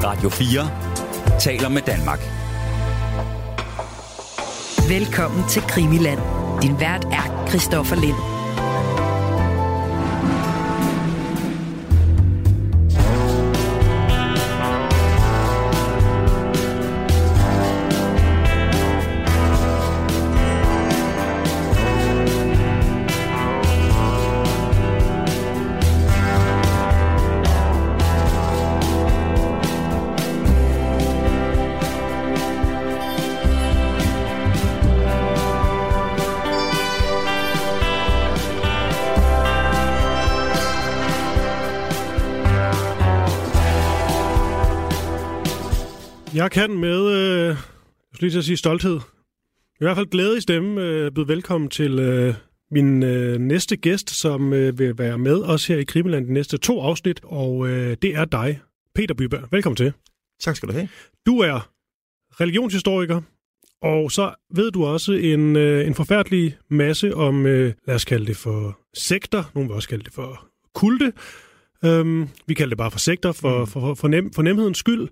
Radio 4 taler med Danmark. Velkommen til Krimiland. Din vært er Christoffer Lind. Jeg kan med, jeg skulle lige til at sige stolthed, i hvert fald glæde i stemme, byde velkommen til min næste gæst, som vil være med os her i Krimiland de næste 2 afsnit, og det er dig, Peter Byberg. Velkommen til. Tak skal du have. Du er religionshistoriker, og så ved du også en forfærdelig masse om, lad os kalde det for sekter, nogen vil også kalde det for kulte. Vi kalder det bare for sekter for nemhedens skyld.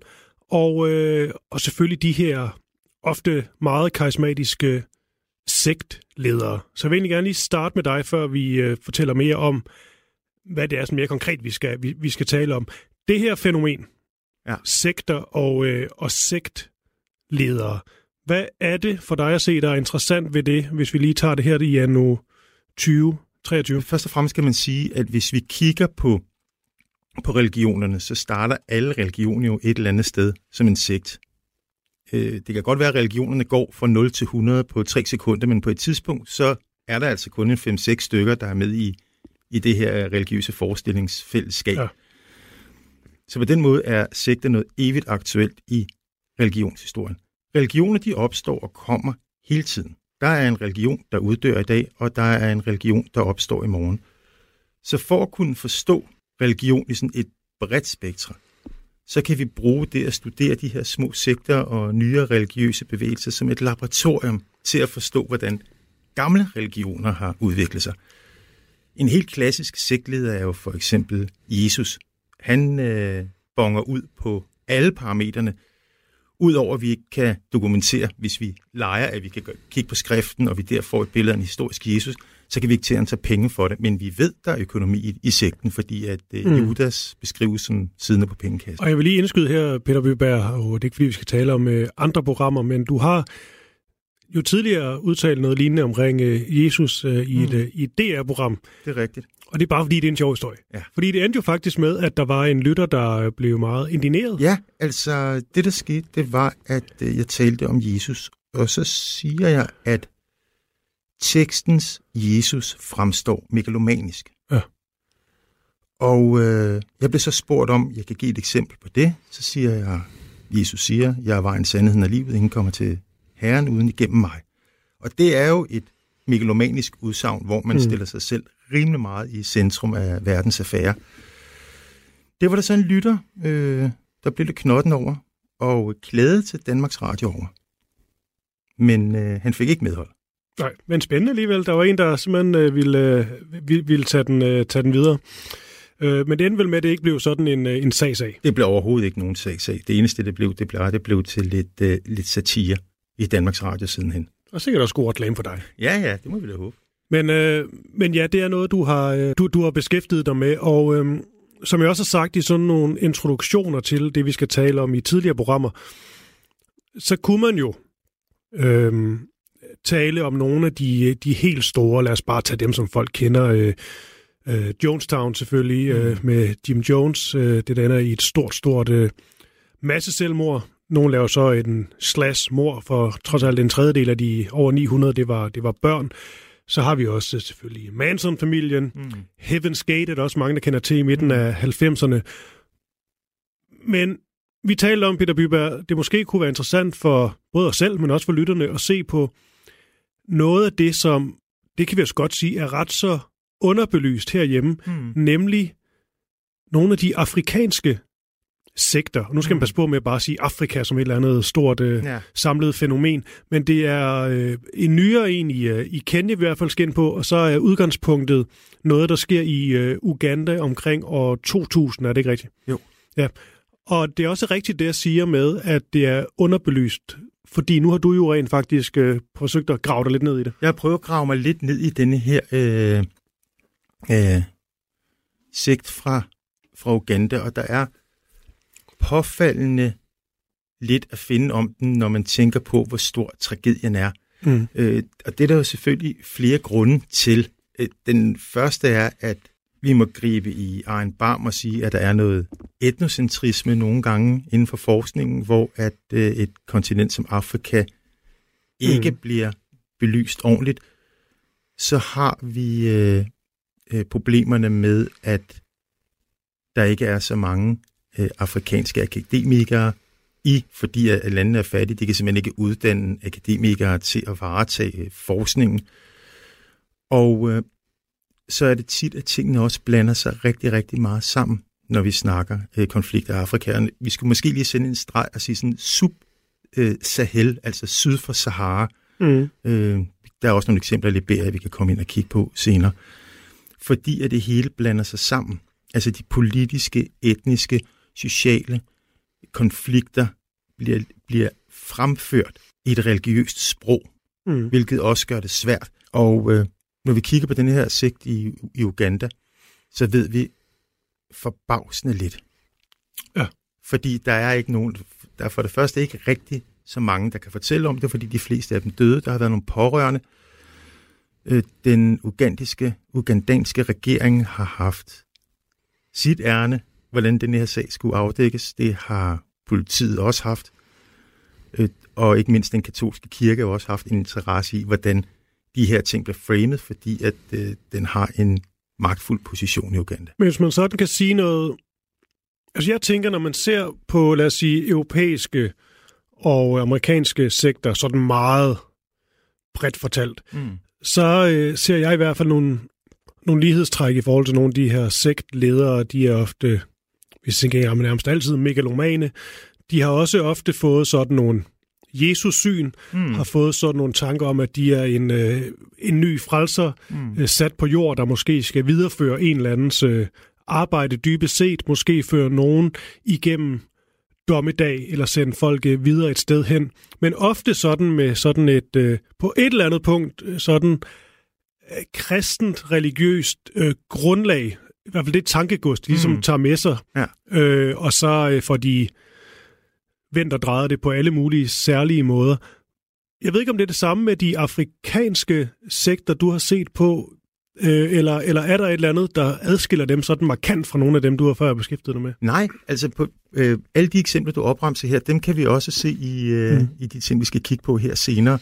Og selvfølgelig de her ofte meget karismatiske sektledere. Så jeg vil egentlig gerne lige starte med dig, før vi fortæller mere om, hvad det er, som mere konkret vi skal tale om. Det her fænomen, sekter og sektledere, hvad er det for dig at se, der er interessant ved det, hvis vi lige tager det her i anno 2023? Først og fremmest kan man sige, at hvis vi kigger på religionerne, så starter alle religioner jo et eller andet sted som en sekt. Det kan godt være, at religionerne går fra 0 til 100 på 3 sekunder, men på et tidspunkt, så er der altså kun en 5-6 stykker, der er med i det her religiøse forestillingsfællesskab. Ja. Så på den måde er sekter noget evigt aktuelt i religionshistorien. Religioner, de opstår og kommer hele tiden. Der er en religion, der uddør i dag, og der er en religion, der opstår i morgen. Så for at kunne forstå religion i sådan et bredt spektrum, så kan vi bruge det at studere de her små sekter og nyere religiøse bevægelser som et laboratorium til at forstå, hvordan gamle religioner har udviklet sig. En helt klassisk sektleder er jo for eksempel Jesus. Han bonger ud på alle parametrene, udover at vi ikke kan dokumentere, hvis vi leger, at vi kan kigge på skriften, og vi der får et billede af en historisk Jesus, så kan vi ikke til at tage penge for det. Men vi ved, der er økonomi i sekten, fordi at Judas beskrives som siddende på pengekassen. Og jeg vil lige indskyde her, Peter Byberg, og det er ikke fordi, vi skal tale om andre programmer, men du har jo tidligere udtalt noget lignende omkring Jesus i et DR-program. Det er rigtigt. Og det er bare fordi, det er en sjov historie. Ja. Fordi det endte jo faktisk med, at der var en lytter, der blev meget indigneret. Ja, altså det der skete, det var, at jeg talte om Jesus, og så siger jeg, at tekstens Jesus fremstår megalomanisk. Ja. Og jeg blev så spurgt om, jeg kan give et eksempel på det. Så siger jeg, Jesus siger, jeg er vejen, sandheden og livet, ingen kommer til Herren uden igennem mig. Og det er jo et megalomanisk udsagn, hvor man stiller sig selv rimelig meget i centrum af verdens affære. Det var der så en lytter, der blev lidt knotten over, og klagede til Danmarks Radio over. Men han fik ikke medhold. Nej, men spændende alligevel. Der var en, der simpelthen ville tage den videre. Men det endte vel med, at det ikke blev sådan en sag. Det blev overhovedet ikke nogen sag. Det eneste, det blev til lidt satire i Danmarks Radio sidenhen. Og sikkert også god reklame for dig. Ja, det må vi da håbe. Men ja, det er noget, du har beskæftiget dig med, og som jeg også har sagt i sådan nogle introduktioner til det, vi skal tale om i tidligere programmer, så kunne man jo tale om nogle af de helt store, lad os bare tage dem, som folk kender, Jonestown selvfølgelig, med Jim Jones, det der ender i et stort masseselvmord. Nogle laver så en slash-mord, for trods alt en tredjedel af de over 900, det var børn. Så har vi også selvfølgelig Manson-familien, Heaven's Gate, er der også mange, der kender til i midten af 90'erne. Men vi talte om, Peter Byberg, det måske kunne være interessant for både os selv, men også for lytterne, at se på noget af det, som, det kan vi også godt sige, er ret så underbelyst herhjemme, nemlig nogle af de afrikanske sekter. Nu skal man passe på med at bare sige Afrika som et eller andet stort samlet fænomen, men det er en nyere en i Kenya i hvert fald skal ind på, og så er udgangspunktet noget, der sker i Uganda omkring år 2000, er det ikke rigtigt? Jo. Ja, Og det er også rigtigt det, jeg siger med, at det er underbelyst. Fordi nu har du jo rent faktisk forsøgt at grave dig lidt ned i det. Jeg har prøvet at grave mig lidt ned i denne her sekt fra Uganda, og der er påfaldende lidt at finde om den, når man tænker på, hvor stor tragedien er. Og det er der jo selvfølgelig flere grunde til. Den første er, at vi må gribe i egen barm og sige, at der er noget etnocentrisme nogle gange inden for forskningen, hvor at et kontinent som Afrika ikke bliver belyst ordentligt. Så har vi problemerne med, at der ikke er så mange afrikanske akademikere fordi at landene er fattige. De kan simpelthen ikke uddanne akademikere til at varetage forskningen. Og så er det tit, at tingene også blander sig rigtig, rigtig meget sammen, når vi snakker konflikter af Afrika. Vi skulle måske lige sende en streg og sige sådan sub-Sahel, altså syd for Sahara. Der er også nogle eksempler i Liberia, vi kan komme ind og kigge på senere. Fordi at det hele blander sig sammen. Altså de politiske, etniske, sociale konflikter bliver fremført i et religiøst sprog, hvilket også gør det svært. Og når vi kigger på den her sekt i Uganda, så ved vi forbavsende lidt. Ja. Fordi der er ikke nogen, der er for det første ikke rigtig så mange, der kan fortælle om det, fordi de fleste af dem døde. Der har været nogle pårørende. Den ugandanske regering har haft sit ærne, hvordan den her sag skulle afdækkes. Det har politiet også haft. Og ikke mindst den katolske kirke har også haft en interesse i, hvordan de her ting bliver framet, fordi at den har en magtfuld position i Uganda. Men hvis man sådan kan sige noget... Altså jeg tænker, når man ser på, lad os sige, europæiske og amerikanske sekter, sådan meget bredt fortalt, så ser jeg i hvert fald nogle lighedstræk i forhold til nogle af de her sektledere. De er ofte, hvis jeg tænker, nærmest altid megalomane. De har også ofte fået sådan nogle Jesus-syn, har fået sådan nogle tanker om, at de er en ny frelser, sat på jord, der måske skal videreføre en eller andens arbejde dybest set, måske føre nogen igennem dommedag, eller sende folk videre et sted hen. Men ofte sådan med sådan et, på et eller andet punkt, sådan kristent, religiøst grundlag, i hvert fald det tankegods, de ligesom tager med sig, og så får de vendt og drejet det på alle mulige særlige måder. Jeg ved ikke, om det er det samme med de afrikanske sekter, du har set på, eller er der et eller andet, der adskiller dem sådan markant fra nogle af dem, du har før beskæftiget dig med? Nej, altså på alle de eksempler, du opremser her, dem kan vi også se i de ting, vi skal kigge på her senere.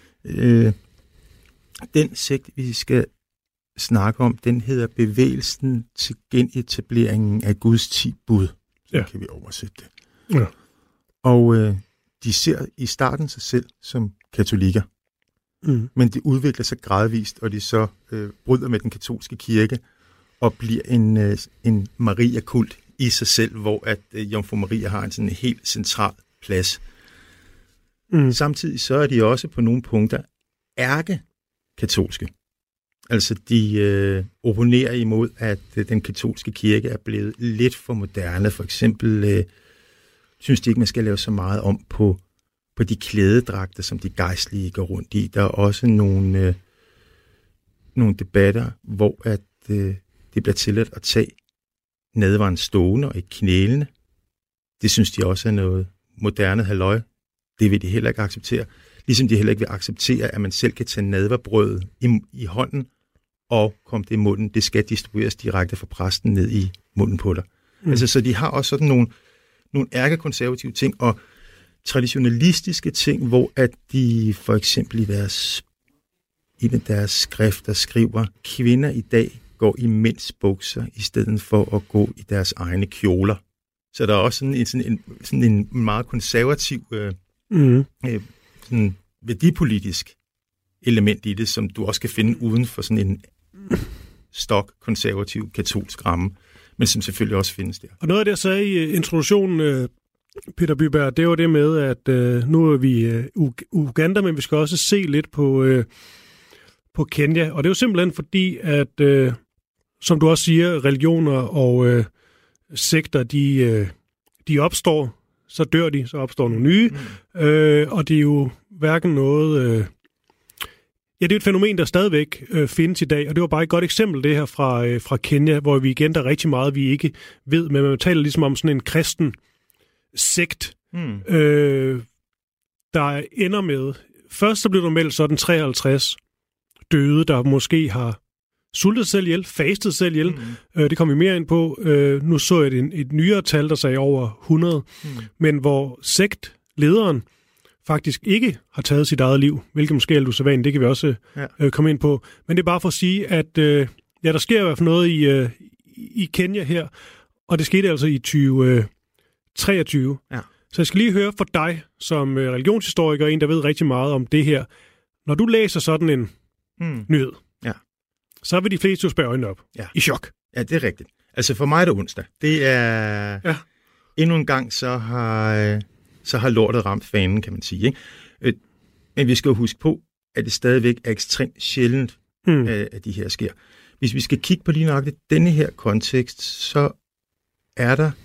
Den sekt, vi skal snakke om, den hedder Bevægelsen til genetableringen af Guds 10 bud. Så kan vi oversætte det. Ja. Og de ser i starten sig selv som katolikker. Men det udvikler sig gradvist, og de så bryder med den katolske kirke og bliver en Maria-kult i sig selv, hvor at Jomfru Maria har en sådan helt central plads. Samtidig så er de også på nogle punkter ærkekatolske. Altså de opponerer imod, at den katolske kirke er blevet lidt for moderne. For eksempel synes de ikke, man skal lave så meget om på de klædedragter, som de gejstlige går rundt i. Der er også nogle debatter, hvor at det bliver tilladt at tage nadveren stående og ikke knælende. Det synes de også er noget moderne halløj. Det vil de heller ikke acceptere. Ligesom de heller ikke vil acceptere, at man selv kan tage nadverbrødet i hånden og komme det i munden. Det skal distribueres direkte fra præsten ned i munden på dig. Altså, så de har også sådan nogle ærkekonservative ting og traditionalistiske ting, hvor at de for eksempel i deres skrifter skriver, kvinder i dag går i mænds bukser, i stedet for at gå i deres egne kjoler. Så der er også sådan en meget konservativ sådan værdipolitisk element i det, som du også kan finde uden for sådan en stok konservativ katolsk ramme, men som selvfølgelig også findes der. Og noget af det, jeg sagde i introduktionen, Peter Byberg, det var det med, at nu er vi Uganda, men vi skal også se lidt på Kenya. Og det er jo simpelthen fordi, at som du også siger, religioner og sekter, de opstår, så dør de, så opstår nogle nye. Og det er jo hverken noget... det er et fænomen, der stadigvæk findes i dag, og det var bare et godt eksempel, det her fra Kenya, hvor vi igen, der er rigtig meget, vi ikke ved, men man taler ligesom om sådan en kristen sekt, der ender med... Først så blev der meldt sådan 53 døde, der måske har sultet selv ihjel, fastet selv ihjel. Det kom vi mere ind på. Nu så jeg et nyere tal, der sagde over 100, men hvor sektlederen faktisk ikke har taget sit eget liv, hvilket måske er lidt usædvanligt, det kan vi også komme ind på. Men det er bare for at sige, at der sker i hvert fald noget i Kenya her, og det skete altså i 2023. Ja. Så jeg skal lige høre fra dig, som religionshistoriker, en, der ved rigtig meget om det her. Når du læser sådan en nyhed, så vil de fleste jo spærre øjnene op. Ja. I chok. Ja, det er rigtigt. Altså for mig er det onsdag. Det er... Ja. Endnu en gang, så har lortet ramt fanen, kan man sige. Ikke? Men vi skal jo huske på, at det stadigvæk er ekstremt sjældent, at de her sker. Hvis vi skal kigge på lige nok denne her kontekst, så er der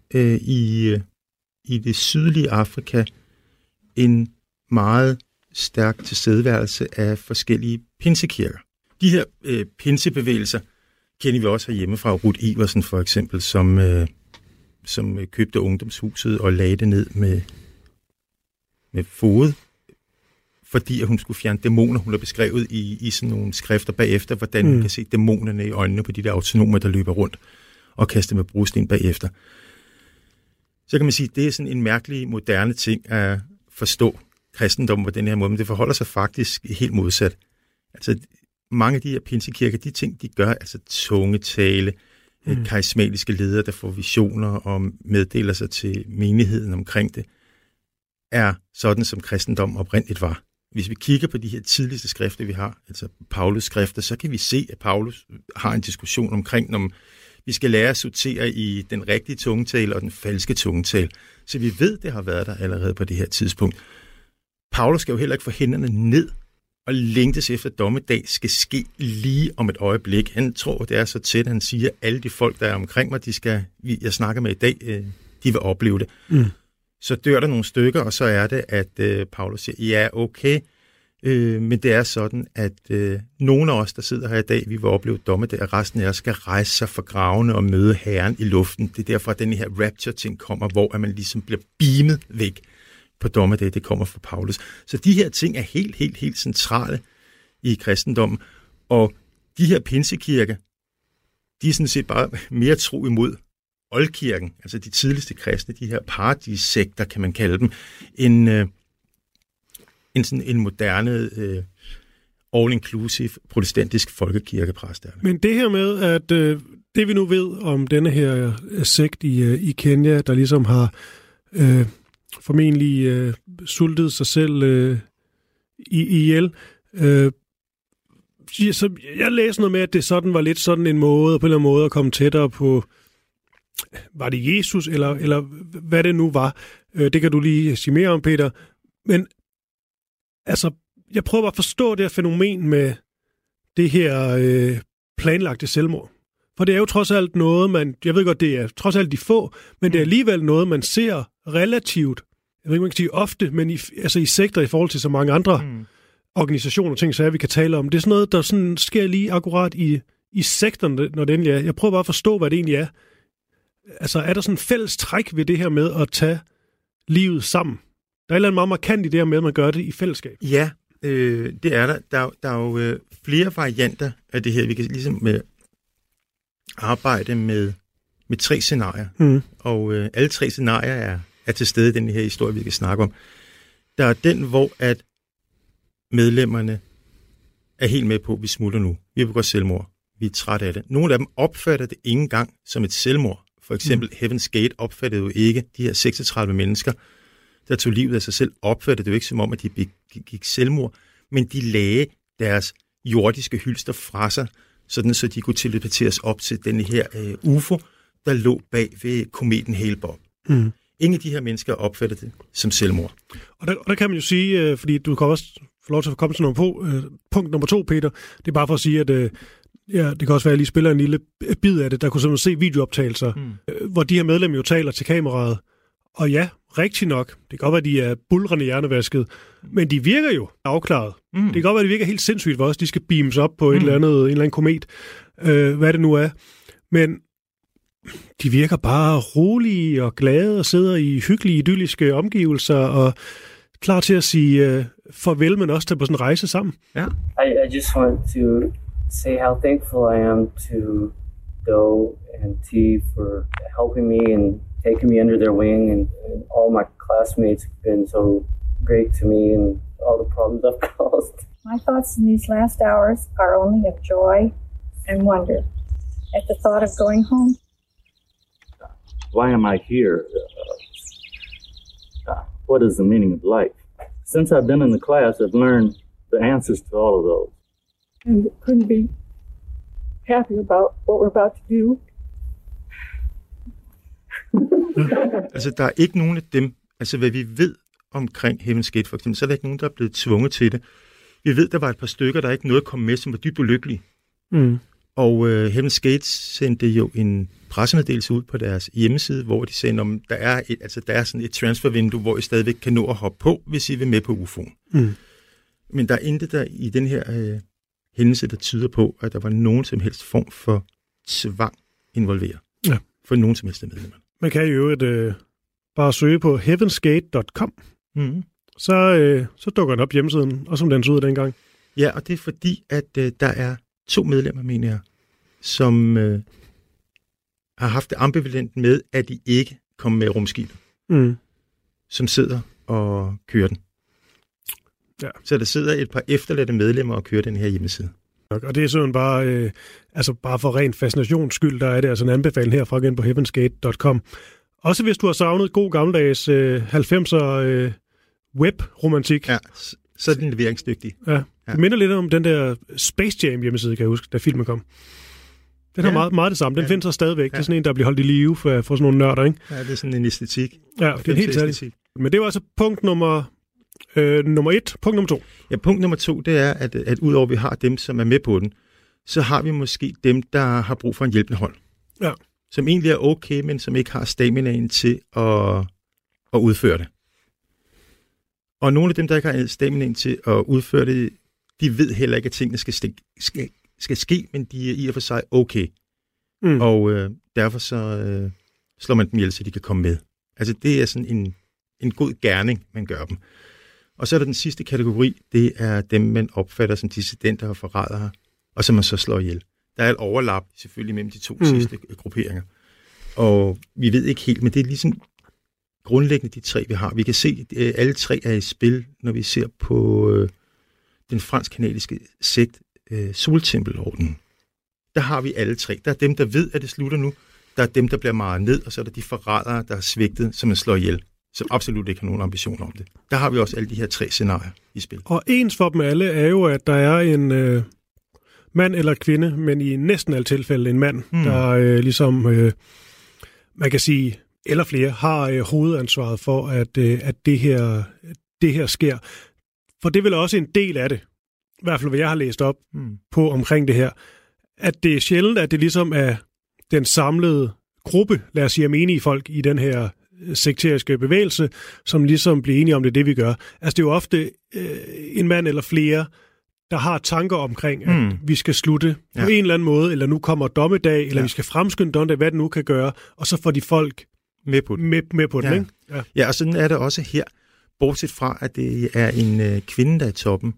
i det sydlige Afrika en meget stærk tilstedeværelse af forskellige pinsekirker. De her pinsebevægelser kender vi også herhjemme fra Ruth Iversen for eksempel, som købte ungdomshuset og lagde det ned med fod, fordi at hun skulle fjerne dæmoner. Hun har beskrevet i sådan nogle skrifter bagefter, hvordan man kan se dæmonerne i øjnene på de der autonomer, der løber rundt og kaster med brosten bagefter. Så kan man sige, at det er sådan en mærkelig, moderne ting at forstå kristendommen på den her måde, men det forholder sig faktisk helt modsat. Altså, mange af de her pinsekirker, de ting, de gør, altså tungetale, karismatiske ledere, der får visioner og meddeler sig til menigheden omkring det, er sådan, som kristendom oprindeligt var. Hvis vi kigger på de her tidligste skrifter, vi har, altså Paulus skrifter, så kan vi se, at Paulus har en diskussion omkring, om vi skal lære at sortere i den rigtige tungetale og den falske tungetale. Så vi ved, det har været der allerede på det her tidspunkt. Paulus skal jo heller ikke få hænderne ned og længtes efter dommedag skal ske lige om et øjeblik. Han tror, det er så tæt, han siger, at alle de folk, der er omkring mig, jeg snakker med i dag, de vil opleve det. Så dør der nogle stykker, og så er det, at Paulus siger, ja, okay, men det er sådan, at nogle af os, der sidder her i dag, vi vil opleve dommedag, og resten af os skal rejse sig fra gravene og møde Herren i luften. Det er derfor, at den her rapture-ting kommer, hvor man ligesom bliver beamet væk på dommedag. Det kommer fra Paulus. Så de her ting er helt centrale i kristendommen. Og de her pinsekirker, de er sådan set bare mere tro imod oldkirken, altså de tidligste kristne, de her paradissekter, kan man kalde dem, en moderne, all-inclusive protestantisk folkekirkepræst. Men det her med, at det vi nu ved om denne her sekt i Kenya, der ligesom har formentlig sultet sig selv ihjel, så jeg læste noget med, at det sådan var lidt sådan en måde, på en eller anden måde at komme tættere på, var det Jesus, eller hvad det nu var. Det kan du lige sige mere om, Peter. Men altså, jeg prøver at forstå det her fænomen med det her planlagte selvmord. For det er jo trods alt noget, jeg ved godt, det er trods alt de få, men det er alligevel noget, man ser relativt, jeg ved ikke, man kan sige ofte, men i sektor i forhold til så mange andre organisationer og ting, så vi kan tale om. Det er sådan noget, der sådan sker lige akkurat i sektoren, når det endelig er. Jeg prøver bare at forstå, hvad det egentlig er. Altså, er der sådan en fælles træk ved det her med at tage livet sammen? Der er et eller andet meget markant i det her med, at man gør det i fællesskab. Ja, det er der. Der er jo flere varianter af det her. Vi kan ligesom arbejde med 3 scenarier. Og alle 3 scenarier er til stede i den her historie, vi kan snakke om. Der er den, hvor at medlemmerne er helt med på, at vi smutter nu. Vi vil gå selvmord. Vi er trætte af det. Nogle af dem opfatter det ikke engang som et selvmord. For eksempel Heaven's Gate opfattede jo ikke de her 36 mennesker, der tog livet af sig selv, opfattede det jo ikke som om, at de gik selvmord, men de lagde deres jordiske hylster fra sig, sådan så de kunne teleporteres op til denne her UFO, der lå bag ved kometen Hale-Bopp. Ingen af de her mennesker opfattede det som selvmord. Og der kan man jo sige, fordi du kan også få lov til at komme til punkt nummer 2, Peter, det er bare for at sige, at det kan også være, at jeg lige spiller en lille bid af det. Der kunne simpelthen se videooptagelser, hvor de her medlemmer jo taler til kameraet Og ja, rigtig nok. Det kan godt være, de er bulrende hjernevasket, men de virker jo afklaret. Det kan godt være, de virker helt sindssygt for os. De skal beames op på en eller anden komet, hvad det nu er. Men de virker bare rolige og glade og sidder i hyggelige, idylliske omgivelser og klar til at sige farvel, men også tage på sådan en rejse sammen. Ja. I just want to say how thankful I am to Doe and T for helping me and taking me under their wing, and all my classmates have been so great to me and all the problems I've caused. My thoughts in these last hours are only of joy and wonder at the thought of going home. Why am I here? What is the meaning of life? Since I've been in the class, I've learned the answers to all of those. And couldn't be happy about what we're about to do. Altså, der er ikke nogen af dem, altså hvad vi ved omkring Heaven's Gate for eksempel, så er der ikke nogen, der er blevet tvunget til det. Vi ved, der var et par stykker, der ikke noget kom med, som var dybt ulykkelige. Og Heaven's Gate sendte jo en pressemeddelelse ud på deres hjemmeside, hvor de sagde, om der er sådan et transfervindue, hvor I stadigvæk kan nå at hoppe på, hvis I vil med på UFO'en. Men der er intet der i den her hændelse, der tyder på, at der var nogen som helst form for tvang involveret. Ja. For nogen som helst medlemmer. Man kan jo bare søge på heavensgate.com. Så dukker den op hjemmesiden, og som den så ud dengang. Ja, og det er fordi, at der er 2 medlemmer, mener jeg, som har haft det ambivalent med, at de ikke kom med rumskibet, som sidder og kører den. Ja. Så der sidder et par efterladte medlemmer og kører den her hjemmeside. Og det er sådan bare, bare for ren fascinations skyld, der er det altså en anbefaling herfra igen på heavensgate.com. Også hvis du har savnet god gammeldags 90'er web-romantik. Ja, så er den leveringsdygtig. Ja. Det minder lidt om den der Space Jam hjemmeside, kan jeg huske, da filmen kom. Den har meget det samme. Den findes så stadigvæk. Ja. Det er sådan en, der bliver holdt i live for sådan nogle nørder, ikke? Ja, det er sådan en æstetik. Ja, det er en helt særlig. Men det var altså punkt nummer 1. Punkt nummer 2. Ja, punkt nummer 2, det er, at udover at vi har dem, som er med på den, så har vi måske dem, der har brug for en hjælpende hånd. Ja. Som egentlig er okay, men som ikke har staminaen til at udføre det. Og nogle af dem, der ikke har staminaen til at udføre det, de ved heller ikke, at tingene skal ske, men de er i og for sig okay. Og derfor så slår man dem ihjel, så de kan komme med. Altså det er sådan en god gerning, man gør dem. Og så er der den sidste kategori, det er dem, man opfatter som dissidenter og forrædere, og som man så slår ihjel. Der er et overlap selvfølgelig mellem de 2 sidste grupperinger. Og vi ved ikke helt, men det er ligesom grundlæggende de 3, vi har. Vi kan se, at alle 3 er i spil, når vi ser på den fransk-kanadiske sekt Soltempelordenen. Der har vi alle 3. Der er dem, der ved, at det slutter nu. Der er dem, der bliver meget ned, og så er der de forrædere, der er svigtet, som man slår ihjel, som absolut ikke har nogen ambition om det. Der har vi også alle de her 3 scenarier i spil. Og ens for dem alle er jo, at der er en mand eller kvinde, men i næsten alle tilfælde en mand, der ligesom, man kan sige, eller flere, har hovedansvaret for, at det her sker. For det er vel også en del af det, i hvert fald hvad jeg har læst op på omkring det her, at det er sjældent, at det ligesom er den samlede gruppe, lad os sige, af menige folk i den her sekteriske bevægelse, som ligesom bliver enige om det, vi gør. Altså det er jo ofte en mand eller flere, der har tanker omkring, at vi skal slutte på en eller anden måde, eller nu kommer dommedag, eller vi skal fremskynde dommedag, hvad det nu kan gøre, og så får de folk med på den. Med på den, ikke? Ja, og sådan er det også her, bortset fra, at det er en kvinde, der er i toppen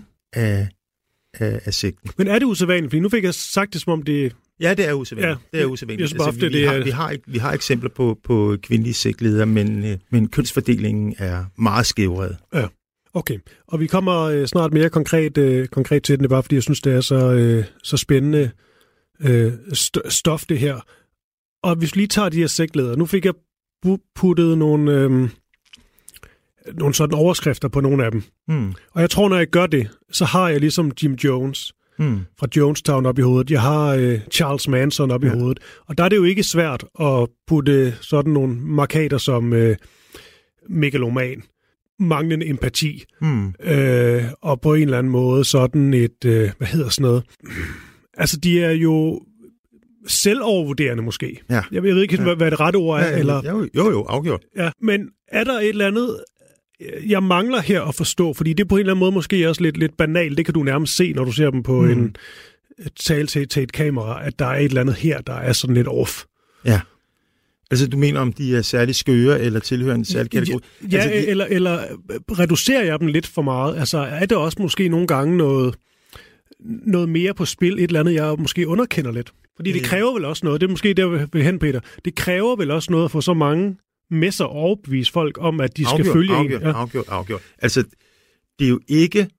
af sekten. Men er det usædvanligt? Fordi nu fik jeg sagt det, som om det... Ja, det er usædvanligt. Ja, det er usædvanligt. Vi har eksempler på kvindelige sektledere, men kønsfordelingen er meget skævret. Ja. Okay, og vi kommer snart mere konkret til den, det bare fordi jeg synes, det er så spændende stof, det her. Og hvis vi lige tager de her sektledere, nu fik jeg puttet nogle sådan overskrifter på nogle af dem. Og jeg tror, når jeg gør det, så har jeg ligesom Jim Jones fra Jonestown op i hovedet. Jeg har Charles Manson op i hovedet. Og der er det jo ikke svært at putte sådan nogle markader som megaloman, manglende empati, og på en eller anden måde sådan et, hvad hedder sådan noget? Altså, de er jo selvovervurderende måske. Ja. Jeg ved ikke, hvad det rette ord er. Ja, eller... Jo, afgjort. Ja, men er der et eller andet, jeg mangler her at forstå? Fordi det er på en eller anden måde måske også lidt banalt. Det kan du nærmest se, når du ser dem på en tale til et kamera, at der er et eller andet her, der er sådan lidt off. Ja. Altså, du mener, om de er særlig skøre eller tilhører en særlig kategori? Ja, altså, eller reducerer jeg dem lidt for meget? Altså, er det også måske nogle gange noget mere på spil, et eller andet, jeg måske underkender lidt? Fordi det kræver vel også noget, det er måske der ved hen, Peter, det kræver vel også noget for så mange med sig overbevise folk om, at de skal følge en. Ja. Afgjort. Altså, det er jo ikke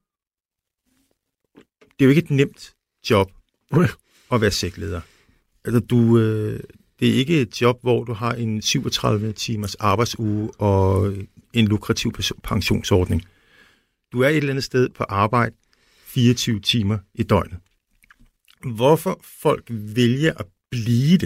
et nemt job at være sektleder. Altså, det er ikke et job, hvor du har en 37 timers arbejdsuge og en lukrativ pensionsordning. Du er et eller andet sted på arbejde 24 timer i døgnet. Hvorfor folk vælger at blive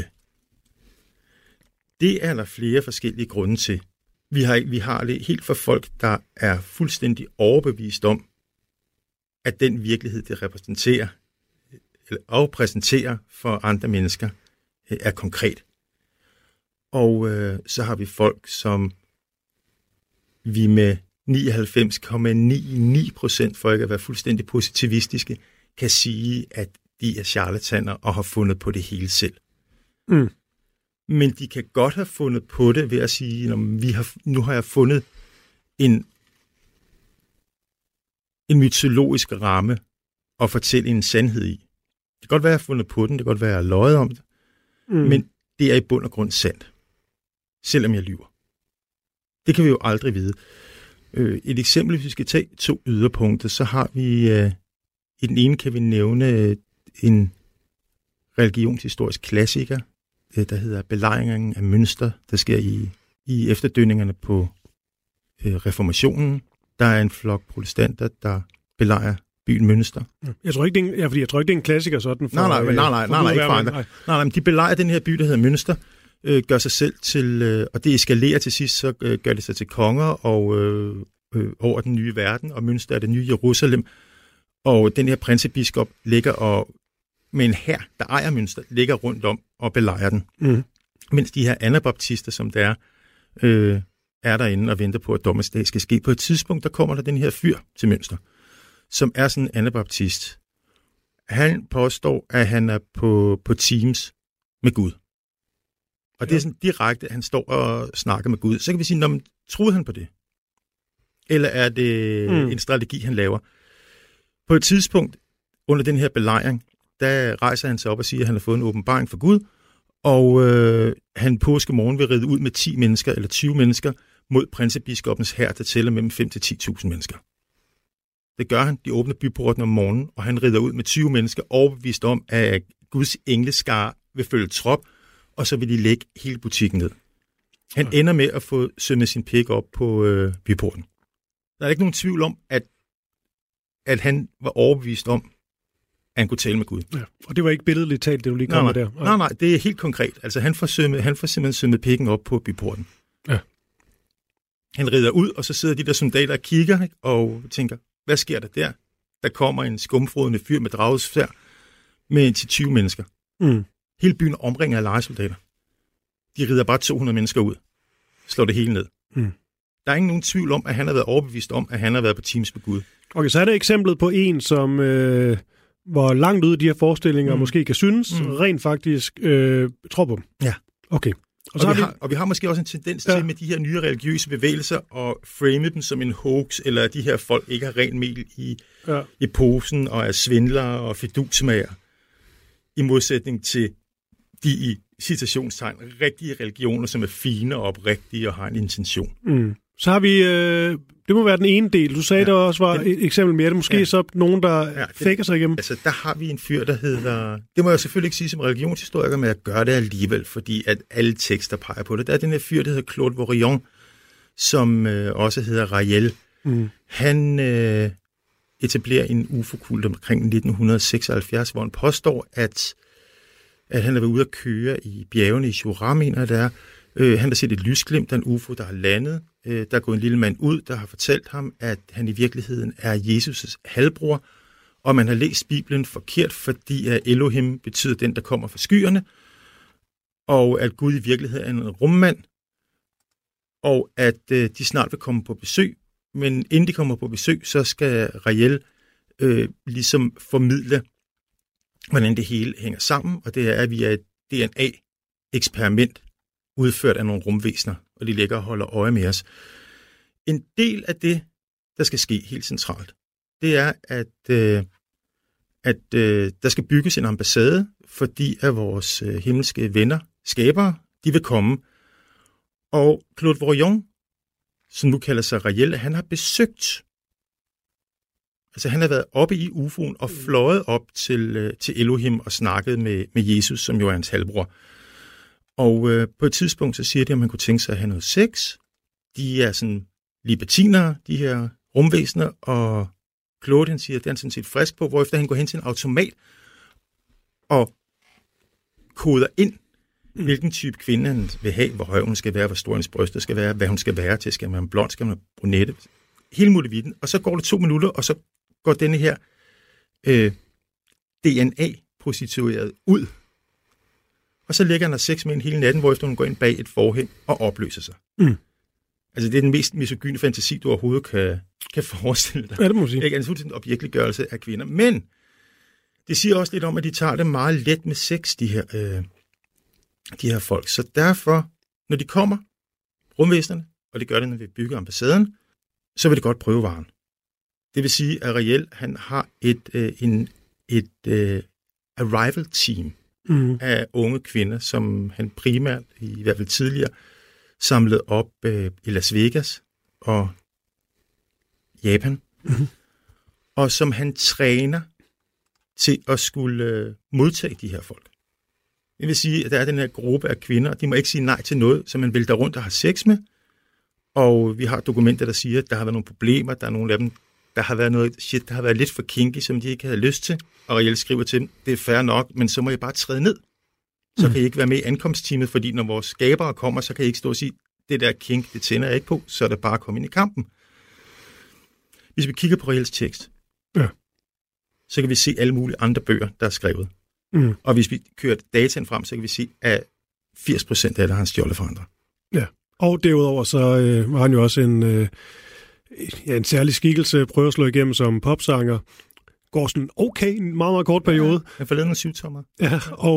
det er der flere forskellige grunde til. Vi har det helt for folk, der er fuldstændig overbevist om, at den virkelighed, det repræsenterer og præsenterer for andre mennesker, er konkret. Og så har vi folk, som vi med 99,99% for ikke at være fuldstændig positivistiske, kan sige, at de er charlataner og har fundet på det hele selv. Mm. Men de kan godt have fundet på det ved at sige, nu har jeg fundet en mytologisk ramme at fortælle en sandhed i. Det kan godt være, at jeg har fundet på den, det kan godt være, at jeg har løjet om det, men det er i bund og grund sandt, selvom jeg lyver. Det kan vi jo aldrig vide. Et eksempel, hvis vi skal tage 2 yderpunkter, så har vi i den ene kan vi nævne en religionshistorisk klassiker, der hedder Belejringen af Münster, der sker i efterdønningerne på reformationen. Der er en flok protestanter, der belejrer byen Münster. Jeg tror ikke, det er en klassiker sådan. Nej, ikke for andre. Nej, men de belejrer den her by, der hedder Münster, gør sig selv til, og det eskalerer til sidst, så gør det sig til konger og over den nye verden, og Münster er det nye Jerusalem. Og den her prinsebiskop ligger og med en hær, der ejer Münster, ligger rundt om og belejrer den. Mm. Mens de her anabaptister, som der er derinde og venter på, at dommedag skal ske. På et tidspunkt, der kommer der den her fyr til Münster, som er sådan en anabaptist. Han påstår, at han er på Teams med Gud. Og det er sådan direkte, at han står og snakker med Gud. Så kan vi sige, troede han på det? Eller er det en strategi, han laver? På et tidspunkt, under den her belejring, der rejser han sig op og siger, at han har fået en åbenbaring fra Gud, og han påskemorgen vil ride ud med 10 mennesker eller 20 mennesker mod prinsebiskoppens hær, der tæller mellem 5 til 10.000 mennesker. Det gør han. De åbner byporten om morgenen, og han rider ud med 20 mennesker, overbevist om, at Guds engleskare vil følge trop, og så vil de lægge hele butikken ned. Han ender med at få sømmet sin pik op på byporten. Der er ikke nogen tvivl om, at han var overbevist om, at han kunne tale med Gud. Ja, og det var ikke billedligt talt, det du lige kom med der? Nej, det er helt konkret. Altså, han får simpelthen sømmet pikken op på byporten. Ja. Han rider ud, og så sidder de der soldater og kigger, og tænker, hvad sker der der? Der kommer en skumfrodende fyr med dragesværd med 10-20 mennesker. Mm. Hele byen omringer af lejesoldater. De rider bare 200 mennesker ud. Slår det hele ned. Mm. Der er ingen nogen tvivl om, at han har været overbevist om, at han har været på Teams med Gud. Okay, så er det eksemplet på en, som hvor langt ude de her forestillinger måske kan synes, rent faktisk tror på dem. Ja. Okay. Og vi har måske også en tendens til med de her nye religiøse bevægelser at frame dem som en hoax, eller at de her folk ikke har ren mel i posen, og er svindlere og fidusmager, i modsætning til de i citationstegn rigtige religioner, som er fine og oprigtige og har en intention. Mm. Så har vi, det må være den ene del. Du sagde, der også var et eksempel mere. Det måske så nogen, der fækker sig igennem. Altså, der har vi en fyr, der hedder... Det må jeg selvfølgelig ikke sige som religionshistoriker, men jeg gør det alligevel, fordi at alle tekster peger på det. Der er den her fyr, der hedder Claude Vorilhon, som også hedder Rael. Mm. Han etablerer en UFO-kult omkring 1976, hvor han påstår, at han har været ude at køre i bjergene i Jura, mener der. Han har set et lysglimt af en UFO, der har landet. Der er gået en lille mand ud, der har fortalt ham, at han i virkeligheden er Jesus' halvbror, og man har læst Bibelen forkert, fordi at Elohim betyder den, der kommer fra skyerne, og at Gud i virkeligheden er en rummand, og at de snart vil komme på besøg. Men inden de kommer på besøg, så skal Rael ligesom formidle, hvordan det hele hænger sammen, og det er via et DNA-eksperiment udført af nogle rumvæsener, og de ligger og holder øje med os. En del af det, der skal ske helt centralt, det er, at der skal bygges en ambassade, fordi at vores himmelske venner, skabere, de vil komme. Og Claude Vorilhon, som nu kalder sig Rael, han har besøgt, altså han har været oppe i UFO'en og fløjet op til Elohim og snakket med Jesus, som jo er hans halvbror. Og på et tidspunkt så siger de, at man kunne tænke sig at have noget sex. De er sådan libertinere, de her rumvæsener, og Claude, han siger, at det er han sådan set frisk på, hvorefter han går hen til en automat og koder ind, hvilken type kvinde han vil have, hvor høj hun skal være, hvor stor hendes bryster skal være, hvad hun skal være til, skal man være blond, skal man være brunette, hele muligheden. Og så går det 2 minutter, og så går denne her DNA-prostitueret ud. Og så ligger han der sex med en hele natten, hvorefter hun går ind bag et forhæng og opløser sig. Mm. Altså, det er den mest misogyne fantasi, du overhovedet kan forestille dig. Ja, det må sige. Ikke? Altså, en objektliggørelse af kvinder. Men det siger også lidt om, at de tager det meget let med sex, de her folk. Så derfor, når de kommer, rumvæsenerne, og det gør det, når vi bygger ambassaden, så vil det godt prøve varen. Det vil sige, at Rael, han har et arrival team af unge kvinder, som han primært, i hvert fald tidligere, samlede op i Las Vegas og Japan, og som han træner til at skulle modtage de her folk. Det vil sige, at der er den her gruppe af kvinder, og de må ikke sige nej til noget, som man vælter rundt og har sex med. Og vi har dokumenter, der siger, at der har været nogle problemer, der er nogle af dem, der har været noget shit, der har været lidt for kinky, som de ikke havde lyst til. Og Rael skriver til dem, det er fair nok, men så må jeg bare træde ned. Så kan I ikke være med i ankomstteamet, fordi når vores skabere kommer, så kan I ikke stå og sige, det der kink, det tænder jeg ikke på, så er det bare at komme ind i kampen. Hvis vi kigger på Raels tekst, så kan vi se alle mulige andre bøger, der er skrevet. Og hvis vi kører dataen frem, så kan vi se, at 80% af det har han stjålet fra andre. Ja, og derudover så var han jo også en særlig skikkelse, prøver at slå igennem som popsanger. Går sådan okay, en meget, meget kort periode. Ja, han får lavet nogle 7-tommer. Ja,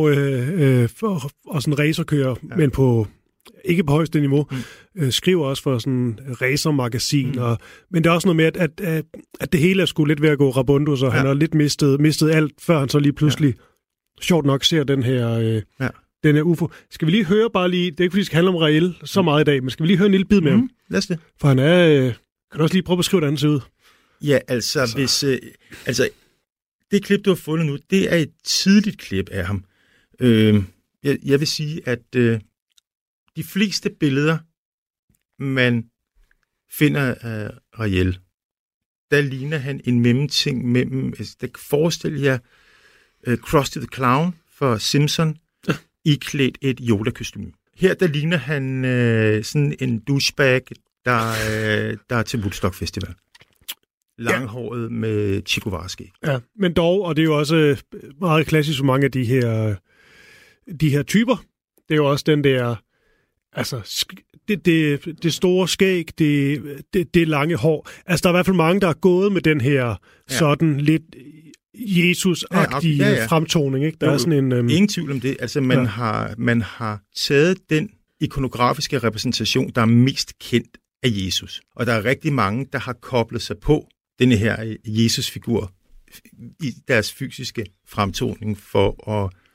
og sådan racerkører, men på ikke på højeste niveau, skriver også for sådan racermagasin. Men det er også noget med, at det hele er sgu lidt ved at gå rabundus, og han har lidt mistet alt, før han så lige pludselig, sjovt nok, ser den her UFO. Skal vi lige høre det er ikke fordi det skal handle om Rael så meget i dag, men skal vi lige høre en lille bid med ham? Lad os det. For han er, kan du også lige prøve at beskrive, hvordan han ser ud? Ja, altså, det klip, du har fundet nu, det er et tidligt klip af ham. Jeg vil sige, at de fleste billeder, man finder af Rael, der ligner han en mellemting mellem, der forestiller jeg Krusty the Clown for Simpson, iklædt et Yoda-kostyme. Her, der ligner han sådan en douchebag, der er til Woodstock Festival. Langhåret med Chico Varskæg. Ja, men dog, og det er jo også meget klassisk for mange af de her typer. Det er jo også den der, altså, det store skæg, det lange hår. Altså, der er i hvert fald mange, der er gået med den her sådan lidt Jesus-agtige fremtoning, ikke? Der er sådan en... Ingen tvivl om det. Altså, man har taget den ikonografiske repræsentation, der er mest kendt af Jesus. Og der er rigtig mange, der har koblet sig på denne her Jesus-figur i deres fysiske fremtoning for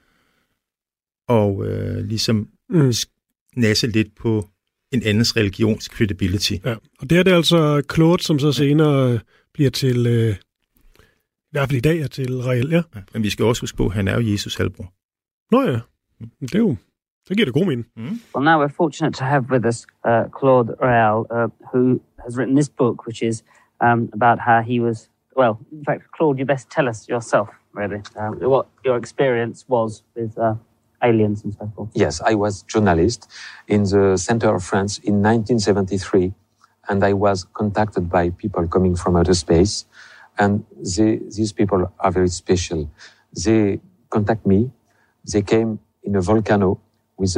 at ligesom nasse lidt på en andens religions credibility. Ja, og det er det altså Claude, som så senere bliver til, i hvert fald i dag, er til Rael, ja. Men vi skal også huske på, at han er jo Jesus' halvbror. Nå ja, det er jo, så giver det god mening. Well, now we're fortunate to have with us Claude Rael, who has written this book, which is about how he was, well, in fact, Claude, you best tell us yourself, really, what your experience was with aliens and so forth. Yes, I was journalist in the center of France in 1973, and I was contacted by people coming from outer space, and these people are very special. They contact me. They came in a volcano with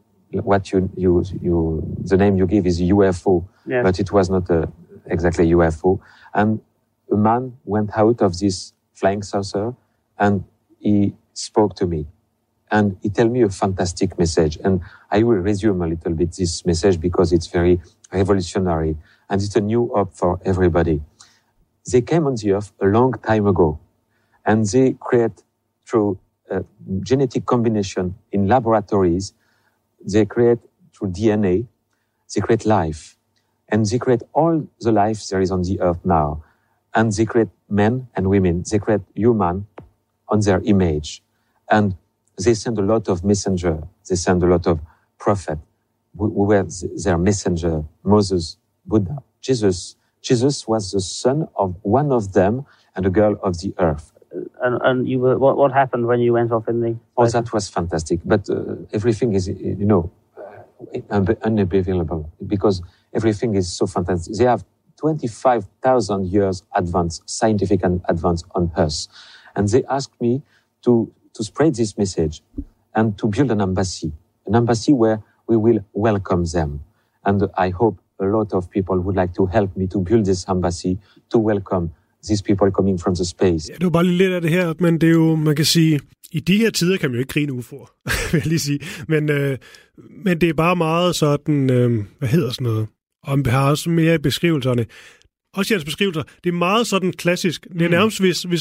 the name you give is UFO, Yes. but it was not exactly UFO. And a man went out of this flying saucer and he spoke to me. And he told me a fantastic message. And I will resume a little bit this message because it's very revolutionary. And it's a new hope for everybody. They came on the earth a long time ago. And they create, through genetic combination in laboratories, they create through DNA, they create life. And they create all the life there is on the earth now. And they create men and women. They create human on their image. And they send a lot of messenger. They send a lot of prophet. Who were their messenger, Moses, Buddha, Jesus. Jesus was the son of one of them and a girl of the earth. And you were, what happened when you went off in the... Oh, that was fantastic. But everything is, unbelievable because everything is so fantastic. They have 25,000 years advance, scientific advance on us. And they asked me to spread this message and to build an embassy where we will welcome them. And I hope a lot of people would like to help me to build this embassy to welcome these people coming from the space. Ja, det var bare lige lidt af det her, men det er jo, man kan sige, i de her tider kan man jo ikke grine UFO'er, vil jeg lige sige. Men det er bare meget sådan, hvad hedder sådan noget? Og vi har også mere i beskrivelserne. Også jeres beskrivelser, det er meget sådan klassisk. Det er nærmest,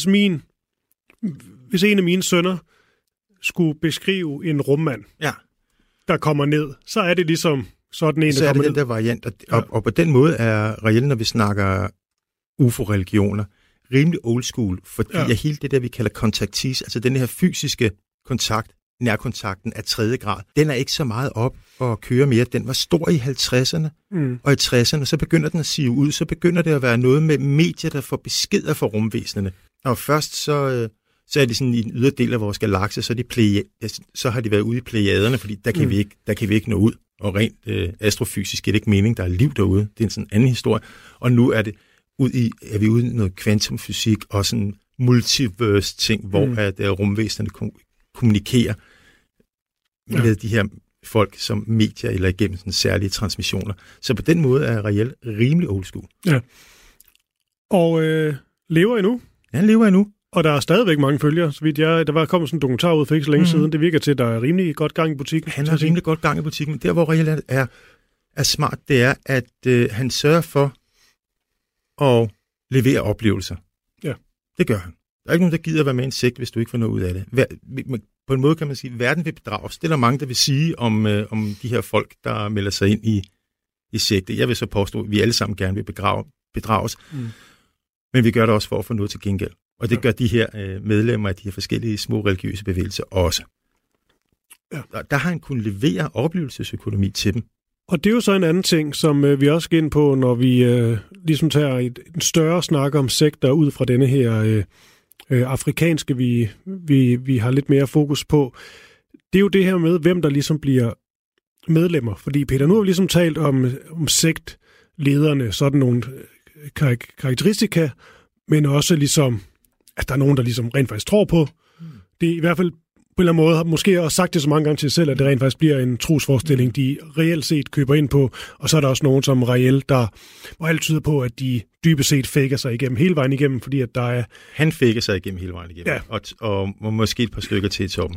hvis en af mine sønner skulle beskrive en rummand, der kommer ned, så er det ligesom sådan en, der kommer ned. Så er det den der variant. Og på den måde er reelt, når vi snakker UFO-religioner, rimelig old school, fordi hele det der, vi kalder kontaktis, altså den her fysiske kontakt, nærkontakten af 3. grad, den er ikke så meget op og køre mere. Den var stor i 50'erne, og i 60'erne, så begynder den at sive ud, så begynder det at være noget med medier, der får beskeder fra rumvæsenerne. Og først så er de sådan i den ydre del af vores galakse, så har de været ude i plejaderne, fordi der kan vi ikke nå ud. Og rent astrofysisk er det ikke mening, der er liv derude. Det er en sådan anden historie. Og nu er vi ude i noget kvantumfysik og sådan multiverse ting, hvor at rumvæsenerne kommunikerer med de her folk som medier eller igennem sådan særlige transmissioner. Så på den måde er reelt rimelig old school. Ja. Og lever endnu? Ja, han lever endnu. Og der er stadigvæk mange følgere, så vidt der var kommet sådan en dokumentar ud for ikke så længe siden. Det virker til, at der er rimelig godt gang i butikken. Han har rimelig godt gang i butikken, men der hvor reelt er smart, det er, at han sørger for at levere oplevelser. Ja. Det gør han. Der er ikke nogen, der gider at være med i en sekt, hvis du ikke får noget ud af det. På en måde kan man sige, at verden vil bedrages. Det er der mange, der vil sige om de her folk, der melder sig ind i sekte. Jeg vil så påstå, at vi alle sammen gerne vil bedrages. Men vi gør det også for at få noget til gengæld. Og det gør de her medlemmer af de her forskellige små religiøse bevægelser også. Ja. Der har han kunnet levere oplevelsesøkonomi til dem. Og det er jo så en anden ting, som vi også skal ind på, når vi ligesom tager en større snak om sekter ud fra denne her afrikanske, vi har lidt mere fokus på. Det er jo det her med, hvem der ligesom bliver medlemmer. Fordi Peter, nu har vi ligesom talt om sektlederne, sådan nogle karakteristika, men også ligesom, at der er nogen, der ligesom rent faktisk tror på. Det er i hvert fald på en eller anden måde, har måske også sagt det så mange gange til sig selv, at det rent faktisk bliver en trosforestilling, de reelt set køber ind på. Og så er der også nogen som reelt, hvor alt tyder på, at de dybest set faker sig igennem hele vejen igennem, fordi at der er... Han faker sig igennem hele vejen igennem, og måske et par stykker til i toppen.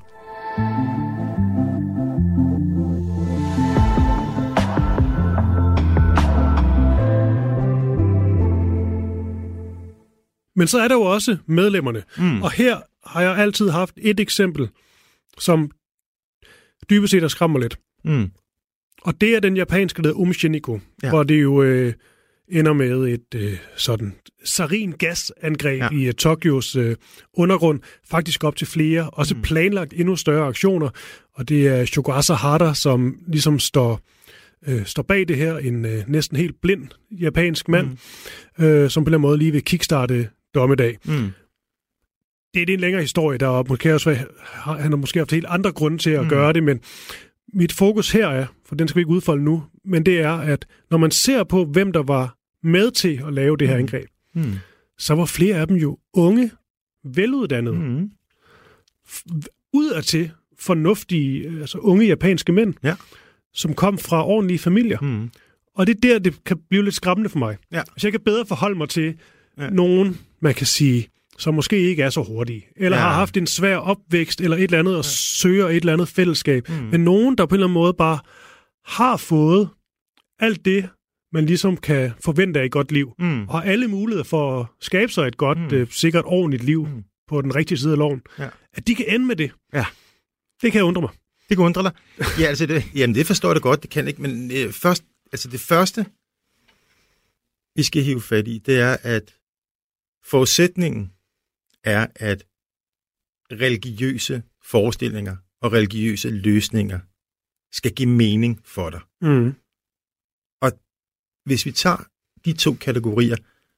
Men så er der jo også medlemmerne. Og her har jeg altid haft et eksempel, som dybest set skræmmer lidt. Og det er den japanske, der hedder Umshiniko, hvor det jo ender med et sådan sarin-gasangreb i Tokyos undergrund. Faktisk op til flere, også planlagt endnu større aktioner. Og det er Shoko Asahara, som ligesom står bag det her, en næsten helt blind japansk mand, som på en eller anden måde lige vil kickstarte dommedag. Det er en længere historie, han har måske haft helt andre grunde til at gøre det, men mit fokus her er, for den skal vi ikke udfolde nu, men det er, at når man ser på, hvem der var med til at lave det her angreb, så var flere af dem jo unge, veluddannede. Udadtil fornuftige, altså unge japanske mænd, som kom fra ordentlige familier. Mm. Og det er der, det kan blive lidt skræmmende for mig. Ja. Så jeg kan bedre forholde mig til nogen, man kan sige, som måske ikke er så hurtige, eller har haft en svær opvækst, eller et eller andet, og søger et eller andet fællesskab. Men nogen, der på en eller anden måde bare har fået alt det, man ligesom kan forvente af et godt liv, og har alle muligheder for at skabe sig et godt, sikkert ordentligt liv på den rigtige side af loven, at de kan ende med det. Ja. Det kan undre mig. Det kan undre dig. Ja, altså det forstår jeg da godt, det kan ikke, men først, altså det første, vi skal hive fat i, det er, at forudsætningen er, at religiøse forestillinger og religiøse løsninger skal give mening for dig. Mm. Og hvis vi tager de to kategorier,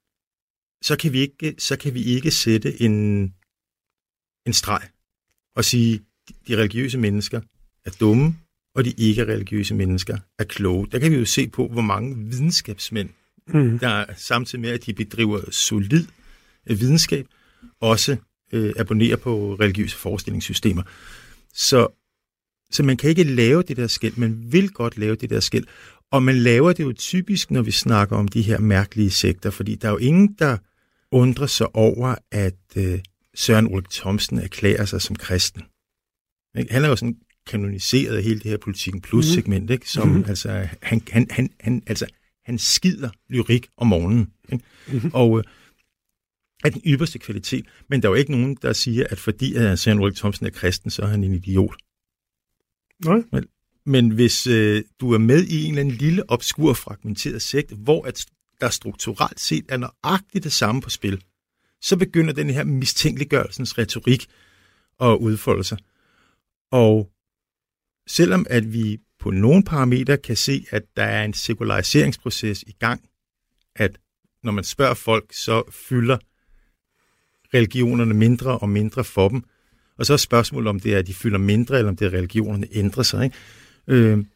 så kan vi ikke sætte en streg og sige, de religiøse mennesker er dumme, og de ikke-religiøse mennesker er kloge. Der kan vi jo se på, hvor mange videnskabsmænd, der samtidig med, at de bedriver solid videnskab, også abonnerer på religiøse forestillingssystemer. Så man kan ikke lave det der skel. Man vil godt lave det der skel. Og man laver det jo typisk, når vi snakker om de her mærkelige sekter, fordi der er jo ingen, der undrer sig over, at Søren Ulrik Thomsen erklærer sig som kristen. Han er jo sådan kanoniseret af hele det her Politikken Plus-segment, ikke? Som altså, han skider lyrik om morgenen. Ikke? Og af den ypperste kvalitet. Men der er jo ikke nogen, der siger, at fordi Søren Ulrik Thomsen er kristen, så er han en idiot. Nej. Men hvis du er med i en eller anden lille, obskur, fragmenteret sekt, hvor der strukturelt set er nøjagtigt det samme på spil, så begynder den her mistænkeliggørelsens retorik at udfolde sig. Og selvom at vi på nogle parametre kan se, at der er en sekulariseringsproces i gang, at når man spørger folk, så fylder religionerne mindre og mindre for dem. Og så er spørgsmålet, om det er, at de fylder mindre, eller om det er, at religionerne ændrer sig. Ikke?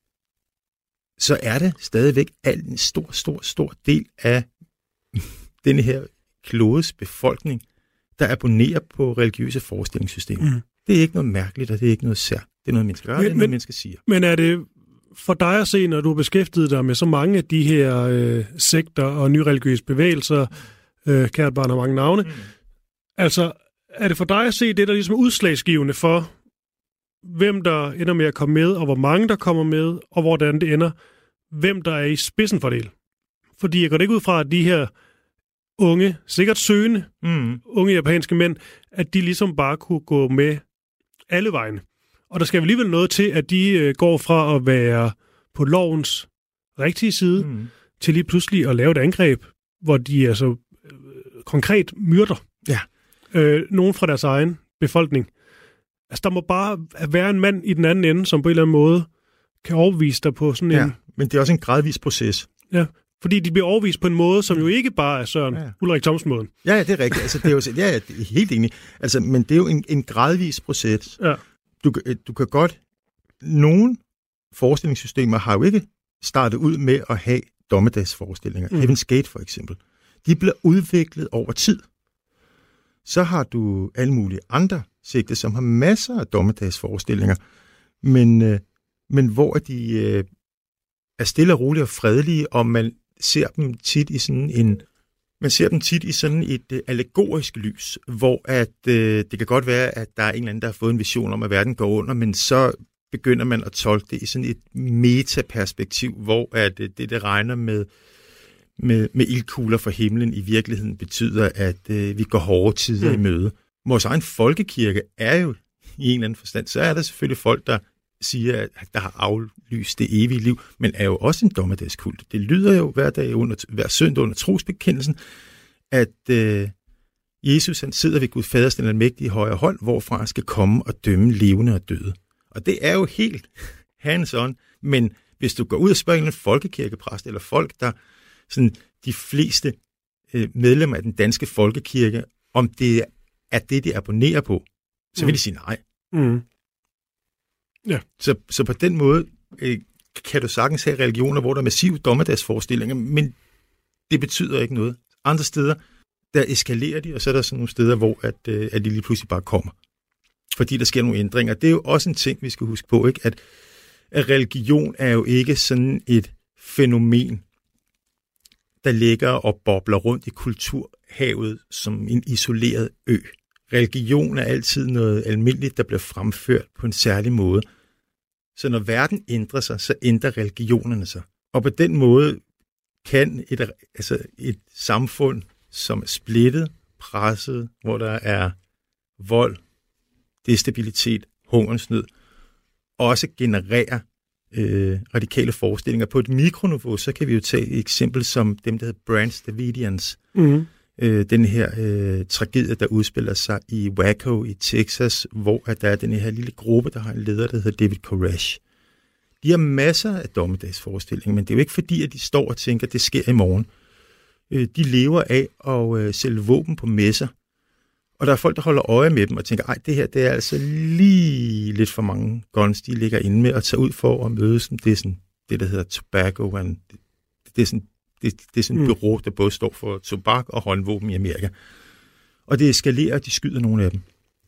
Så er det stadigvæk en stor del af denne her klodes befolkning, der abonnerer på religiøse forestillingssystemer. Mm. Det er ikke noget mærkeligt, og det er ikke noget sært. Det er noget, mennesker gør, det er noget, mennesker siger. Men er det for dig at se, når du har beskæftiget dig med så mange af de her sekter og nyreligiøse bevægelser, kært barn har mange navne, altså er det for dig at se det, der ligesom er udslagsgivende for, hvem der ender med at komme med, og hvor mange der kommer med, og hvordan det ender, hvem der er i spidsen for det? Fordi jeg går ikke ud fra, at de her unge, sikkert søgende, unge japanske mænd, at de ligesom bare kunne gå med alle vegne. Og der skal alligevel noget til, at de går fra at være på lovens rigtige side, til lige pludselig at lave et angreb, hvor de altså konkret myrder nogen fra deres egen befolkning. Altså, der må bare være en mand i den anden ende, som på en eller anden måde kan overbevise dig på sådan en... men det er også en gradvis proces. Ja, fordi de bliver overbevist på en måde, som jo ikke bare er Søren Ulrik Thomsen-måden. Ja, det er rigtigt. Altså, det er jo, det er helt enig. Altså, men det er jo en gradvis proces. Ja. Du kan godt... Nogle forestillingssystemer har jo ikke startet ud med at have dommedagsforestillinger. Heaven's Gate for eksempel. De bliver udviklet over tid. Så har du alle mulige andre sekter, som har masser af dommedagsforestillinger, men hvor de er stille og rolige og fredelige, og man ser dem tit i sådan et allegorisk lys, hvor at det kan godt være, at der er en eller anden, der har fået en vision om, at verden går under, men så begynder man at tolke det i sådan et metaperspektiv, hvor at det regner med ildkugler fra himlen i virkeligheden betyder, at vi går hårde tider i møde. Vores egen folkekirke er jo i en eller anden forstand, så er der selvfølgelig folk, der siger, at der har aflyst det evige liv, men er jo også en dommedagskult. Det lyder jo hver søndag under trosbekendelsen, at Jesus han sidder ved Gud Faders den almægtige højre hånd, hvorfra han skal komme og dømme levende og døde. Og det er jo helt hands-on, men hvis du går ud og spørger en folkekirkepræst, eller folk, der sådan de fleste medlemmer af den danske folkekirke, om det er det, de abonnerer på, så vil de sige nej. Mm. Ja. Så på den måde kan du sagtens have religioner, hvor der er massive dommedagsforestillinger, men det betyder ikke noget. Andre steder, der eskalerer de, og så er der sådan nogle steder, hvor at de lige pludselig bare kommer. fordi der sker nogle ændringer. Det er jo også en ting, vi skal huske på, ikke? At religion er jo ikke sådan et fænomen, der ligger og bobler rundt i kulturhavet som en isoleret ø. Religion er altid noget almindeligt, der bliver fremført på en særlig måde. Så når verden ændrer sig, så ændrer religionerne sig. Og på den måde kan et samfund, som er splittet, presset, hvor der er vold, destabilitet, hungersnød, også generere radikale forestillinger. På et mikroniveau, så kan vi jo tage et eksempel som dem, der hedder Branch Davidians. Mm-hmm. Den her tragedie, der udspiller sig i Waco i Texas, hvor der er den her lille gruppe, der har en leder, der hedder David Koresh. De har masser af dommedagsforestillinger, men det er jo ikke fordi, at de står og tænker, at det sker i morgen. De lever af at sælge våben på messer, og der er folk, der holder øje med dem og tænker, ej, det her det er altså lige lidt for mange guns, de ligger inde med at tage ud for at mødes. Det er sådan det, der hedder tobacco, and det er sådan et bureau, der både står for tobak og håndvåben i Amerika. Og det eskalerer, og de skyder nogle af dem.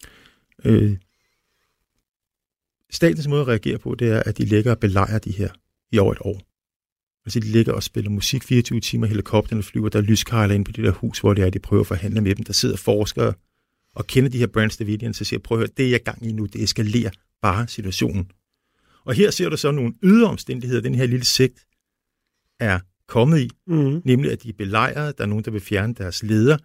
Statens måde at reagere på, det er, at de ligger og belejrer de her i over et år. Altså, de ligger og spiller musik 24 timer, helikopterne flyver, der er lyskejler inde på det der hus, hvor de prøver at forhandle med dem. Der sidder forskere og kender de her Branch Davidians, og siger, prøv at høre, det er jeg gang i nu, det eskalerer bare situationen. Og her ser du så nogle ydre omstændigheder, den her lille sekt er kommet i, nemlig at de er belejret, der er nogen, der vil fjerne deres leder,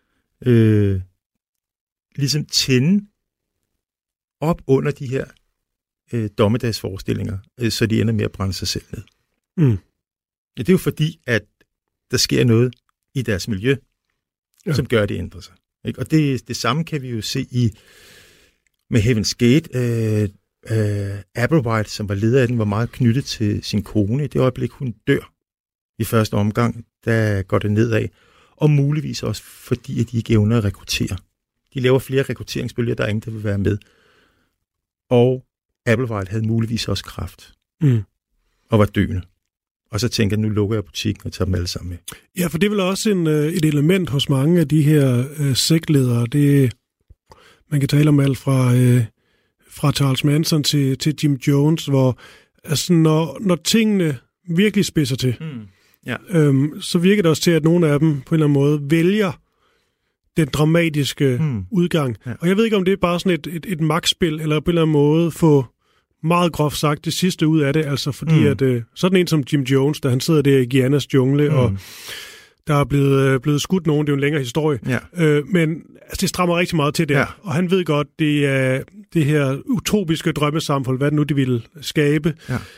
ligesom tænde op under de her dommedagsforestillinger, så de ender med at brænde sig selv ned. Mm. Ja, det er jo fordi, at der sker noget i deres miljø, som gør, at det ændrer sig. Ikke? Og det samme kan vi jo se med Heaven's Gate. Applewhite, som var leder af den, var meget knyttet til sin kone. I det øjeblik, hun dør i første omgang, der går det nedad. Og muligvis også fordi, at de ikke evner at rekruttere. De laver flere rekrutteringsbølger, der er ingen, der vil være med. Og Applewhite havde muligvis også kræft. Og var døende. Og så tænker jeg, nu lukker jeg butikken og tager dem alle sammen med. Ja, for det er vel også et element hos mange af de her sektledere. Det, man kan tale om alt fra Charles Manson til Jim Jones, hvor altså, når tingene virkelig spidser til, så virker det også til, at nogle af dem på en eller anden måde vælger den dramatiske udgang. Ja. Og jeg ved ikke, om det er bare sådan et magtspil, eller på en eller anden måde få meget groft sagt det sidste ud af det, altså fordi at sådan en som Jim Jones, da han sidder der i Guianas jungle, og der er blevet skudt nogen, det er jo en længere historie, men altså, det strammer rigtig meget til der, og han ved godt, det er det her utopiske drømmesamfund, hvad det nu de ville skabe,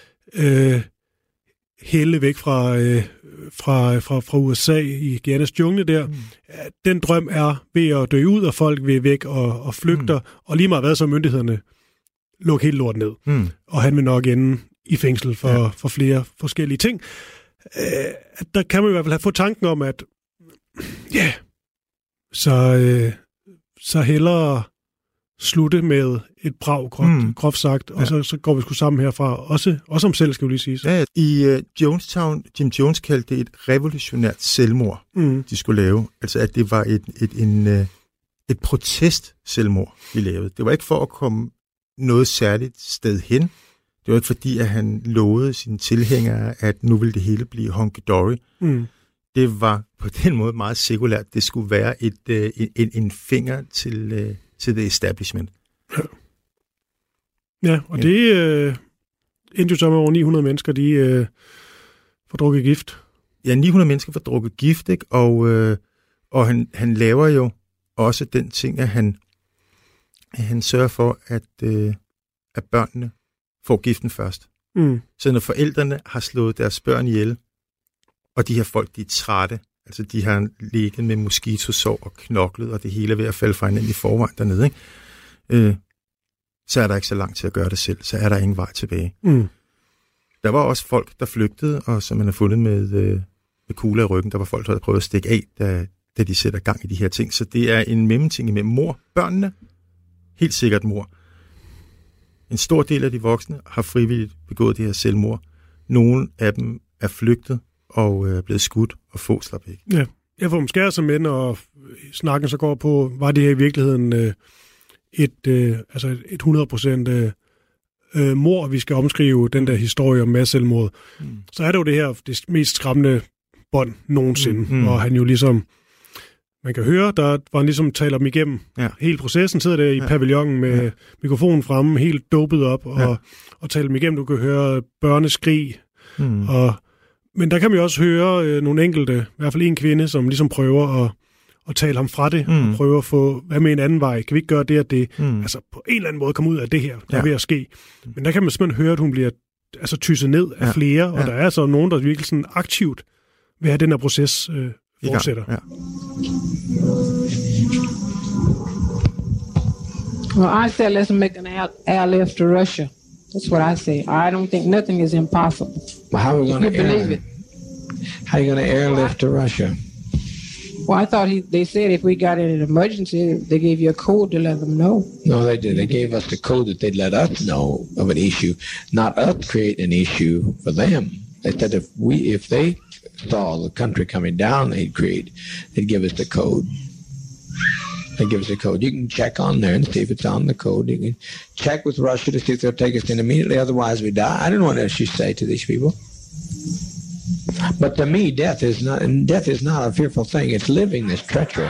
hælde væk fra USA i Guianas jungle der. Den drøm er ved at dø ud, og folk vil væk og flygter, og lige meget hvad så myndighederne lukke helt lort ned. Og han vil nok ende i fængsel for flere forskellige ting. Der kan man i hvert fald få tanken om, at så hellere slutte med et brag, groft sagt, og så går vi sgu sammen herfra, også om selv, skal vi lige sige. Ja, i Jonestown, Jim Jones kaldte det et revolutionært selvmord, de skulle lave. Altså, at det var et protest-selvmord, de lavede. Det var ikke for at komme noget særligt sted hen. Det var ikke fordi, at han lovede sine tilhængere, at nu ville det hele blive hunky-dory. Det var på den måde meget sekulært. Det skulle være en finger til the establishment. Ja, og det endte jo så med over 900 mennesker, de får drukket gift. Ja, 900 mennesker får drukket gift, ikke? Og han laver jo også den ting, at han sørger for, at børnene får giften først. Så når forældrene har slået deres børn ihjel, og de her folk, de er trætte, altså de har ligget med moskitosår og knoklet, og det hele er ved at falde fra hinanden i forvejen dernede, ikke? Så er der ikke så langt til at gøre det selv. Så er der ingen vej tilbage. Der var også folk, der flygtede, og som man har fundet med kugler i ryggen. Der var folk, der havde prøvet at stikke af, da de sætter gang i de her ting. Så det er en mellemting imellem mor, børnene, helt sikkert mor. En stor del af de voksne har frivilligt begået det her selvmord. Nogle af dem er flygtet og blevet skudt og få slap væk. Ja, jeg får måske som mænd, og snakken så går på, var det her i virkeligheden et 100% mord, vi skal omskrive den der historie om masseselvmord, så er det jo det mest skræmmende bånd nogensinde. Og han jo ligesom, man kan høre, der var han ligesom taler dem igennem. Ja. Hele processen sidder der i pavillonen med mikrofonen fremme, helt dopet op, og taler dem igennem. Du kan høre børneskrig. Men der kan man jo også høre nogle enkelte, i hvert fald en kvinde, som ligesom prøver at tale ham fra det, og prøver at få, hvad med en anden vej? Kan vi ikke gøre det og det? Altså på en eller anden måde komme ud af det her, der er ved at ske. Men der kan man simpelthen høre, at hun bliver tysset ned af flere, og der er så nogen, der virkelig sådan aktivt vil have den her proces fortsætter. Ja. Well, I say let's make an airlift to Russia. That's what I say. I don't think nothing is impossible. Well, how are we going to believe it? How are you going to airlift to Russia? Well, I thought they said if we got in an emergency, they gave you a code to let them know. No, they did. They gave us the code that they'd let us know of an issue, not us create an issue for them. They said if they saw the country coming down, they'd give us the code. They give us a code. You can check on there and see if it's on the code. You can check with Russia to see if they'll take us in immediately. Otherwise, we die. I don't know what else you say to these people. But to me, death is not a fearful thing. It's living this treachery.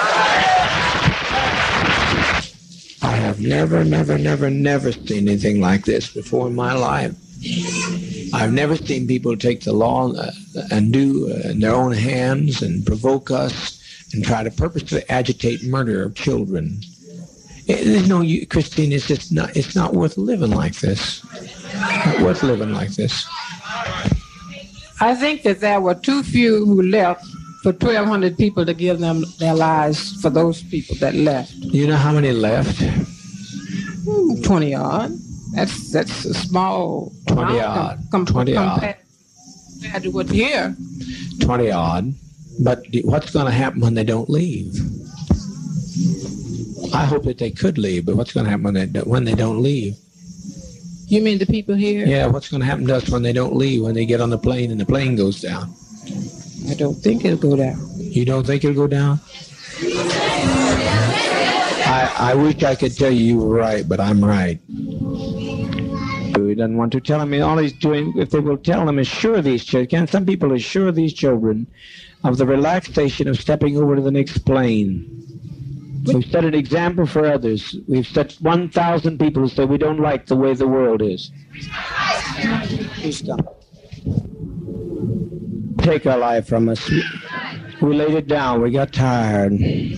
I have never seen anything like this before in my life. I've never seen people take the law and do in their own hands and provoke us and try to purposely agitate murder of children. There's no, Christine, it's not worth living like this. Not worth living like this. I think that there were too few who left for 1,200 people to give them their lives for those people that left. You know how many left? 20 odd. That's a small 20 odd. 20 odd. Compared to what's here. 20 odd. But what's going to happen when they don't leave? I hope that they could leave, but what's going to happen when they don't leave? You mean the people here? Yeah, what's going to happen to us when they don't leave, when they get on the plane and the plane goes down? I don't think it'll go down. You don't think it'll go down? I wish I could tell you were right, but I'm right. He doesn't want to tell him. All he's doing, if they will tell him, assure these children. Some people assure these children of the relaxation of stepping over to the next plane. We've set an example for others. We've set 1,000 people who say we don't like the way the world is. Please stop. Take our life from us. We laid it down. We got tired.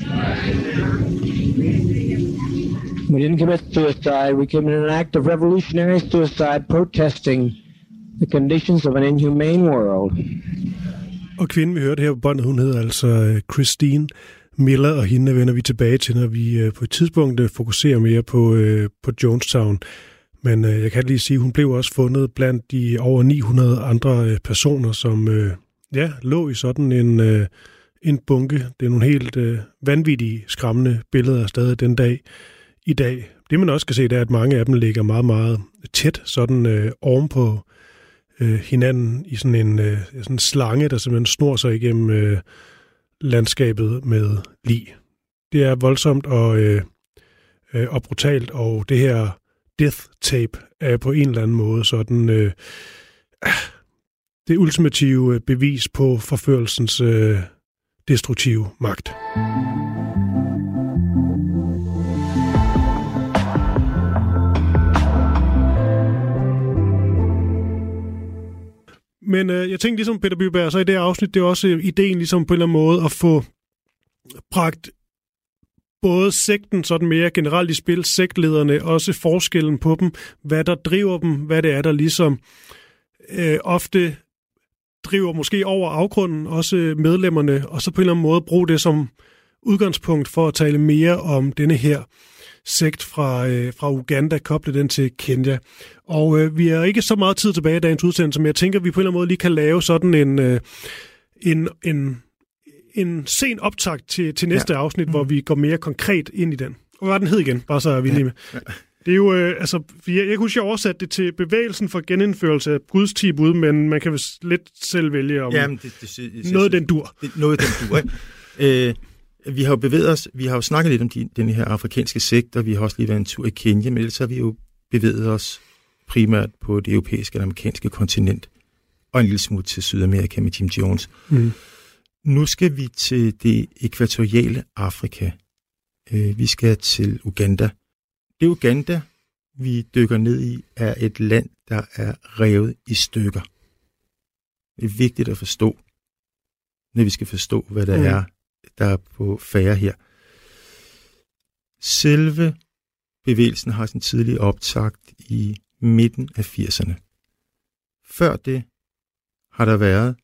We didn't commit suicide. We committed an act of revolutionary suicide, protesting the conditions of an inhumane world. Og kvinden, vi hørte her på båndet, hun hedder altså Christine Miller, og hende vender vi tilbage til, når vi på et tidspunkt fokuserer mere på Jonestown. Men jeg kan lige sige, at hun blev også fundet blandt de over 900 andre personer, som lå i sådan en bunke. Det er nogle helt vanvittige, skræmmende billeder stadig den dag i dag. Det man også kan se, det er, at mange af dem ligger meget, meget tæt sådan ovenpå hinanden i sådan en slange, der simpelthen snor sig igennem landskabet med lig. Det er voldsomt og brutalt, og det her death tape er på en eller anden måde sådan det ultimative bevis på forførelsens destruktive magt. Men jeg tænkte ligesom Peter Byberg, så i det her afsnit, det er også ideen ligesom på en eller anden måde at få bragt både sekten sådan mere generelt i spil, sektlederne, også forskellen på dem, hvad der driver dem, hvad det er, der ligesom ofte driver måske over afgrunden, også medlemmerne, og så på en eller anden måde bruge det som udgangspunkt for at tale mere om denne her sekt fra Uganda, koblet den til Kenya. Og vi har ikke så meget tid tilbage i dagens udsendelse, men jeg tænker, at vi på en eller anden måde lige kan lave sådan en sen optakt til næste afsnit, hvor vi går mere konkret ind i den. Og hvad var den hed igen? Bare så er vi lige med. Det er jo, jeg kan huske, jeg oversatte det til bevægelsen for genindførelse af Guds 10 bud, men man kan vist lidt selv vælge om noget den dur. Noget den dur, ikke? Vi har jo bevæget os, vi har jo snakket lidt om den her afrikanske sekt, og vi har også lige været en tur i Kenya, men ellers har vi jo bevæget os primært på det europæiske eller amerikanske kontinent, og en lille smule til Sydamerika med Jim Jones. Nu skal vi til det ækvatoriale Afrika. Vi skal til Uganda. Det Uganda, vi dykker ned i, er et land, der er revet i stykker. Det er vigtigt at forstå, når vi skal forstå, hvad der er, der er på færre her. Selve bevægelsen har sin tidlige optakt i midten af 80'erne. Før det har der været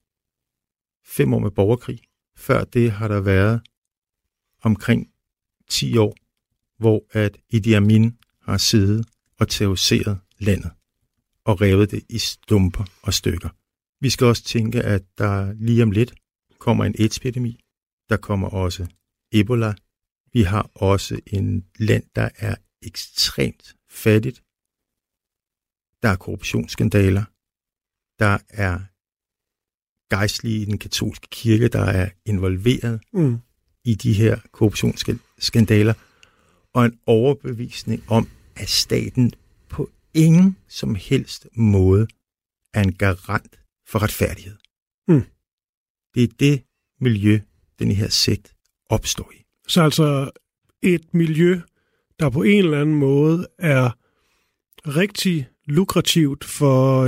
5 år med borgerkrig. Før det har der været omkring 10 år, hvor at Idi Amin har siddet og terroriseret landet og revet det i stumper og stykker. Vi skal også tænke, at der lige om lidt kommer en AIDS-epidemi. Der kommer også Ebola. Vi har også en land, der er ekstremt fattigt. Der er korruptionsskandaler. Der er gejstlige i den katolske kirke, der er involveret i de her korruptionsskandaler. Og en overbevisning om, at staten på ingen som helst måde er en garant for retfærdighed. Det er det miljø, den her sekt opstår i. Så altså et miljø, der på en eller anden måde er rigtig lukrativt for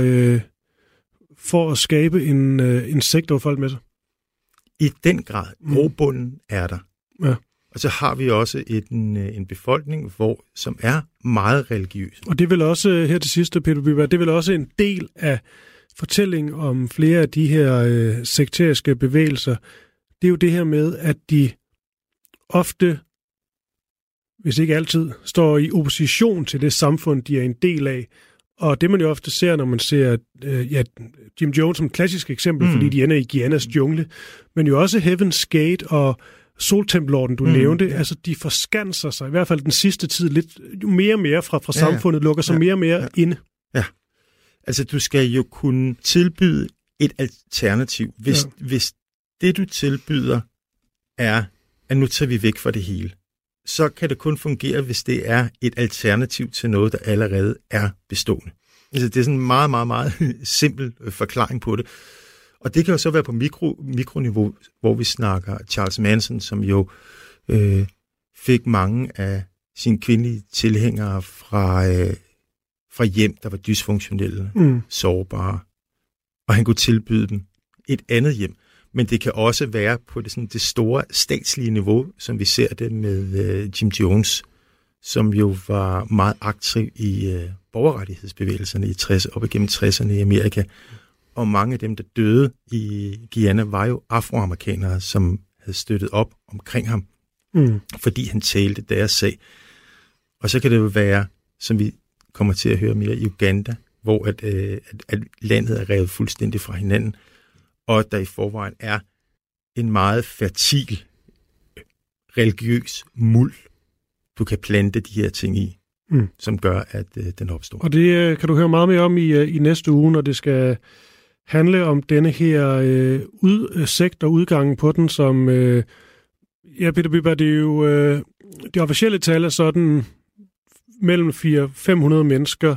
at skabe en sekt over folk med sig. I den grad. Grobunden er der. Ja. Og så har vi også en befolkning, som er meget religiøs. Og det er vel også, her til sidst, Peter Byberg, det er vel også en del af fortællingen om flere af de her sekteriske bevægelser. Det er jo det her med, at de ofte, hvis ikke altid, står i opposition til det samfund, de er en del af. Og det man jo ofte ser, når man ser Jim Jones som et klassisk eksempel, fordi de ender i Guianas jungle, men jo også Heaven's Gate og Soltempelorden, du nævnte, altså de forskanser sig, i hvert fald den sidste tid, lidt mere og mere fra samfundet, lukker sig mere og mere inde. Ja, altså du skal jo kunne tilbyde et alternativ. Hvis det du tilbyder er, at nu tager vi væk fra det hele, så kan det kun fungere, hvis det er et alternativ til noget, der allerede er bestående. Altså det er sådan en meget, meget, meget simpel forklaring på det. Og det kan jo så være på mikroniveau, hvor vi snakker Charles Manson, som jo fik mange af sine kvindelige tilhængere fra hjem, der var dysfunktionelle, sårbare. Og han kunne tilbyde dem et andet hjem. Men det kan også være på det store statslige niveau, som vi ser det med Jim Jones, som jo var meget aktiv i borgerrettighedsbevægelserne i 60'erne, op igennem 60'erne i Amerika. Og mange af dem, der døde i Guyana, var jo afroamerikanere, som havde støttet op omkring ham, fordi han talte deres sag. Og så kan det jo være, som vi kommer til at høre mere i Uganda, hvor at landet er revet fuldstændig fra hinanden, og der i forvejen er en meget fertil religiøs muld, du kan plante de her ting i, som gør, at den opstår. Og det kan du høre meget mere om i næste uge, når det skal handle om denne her sekt og udgangen på den, som, Peter Byberg, det er jo det officielle tal er sådan mellem 400-500 mennesker,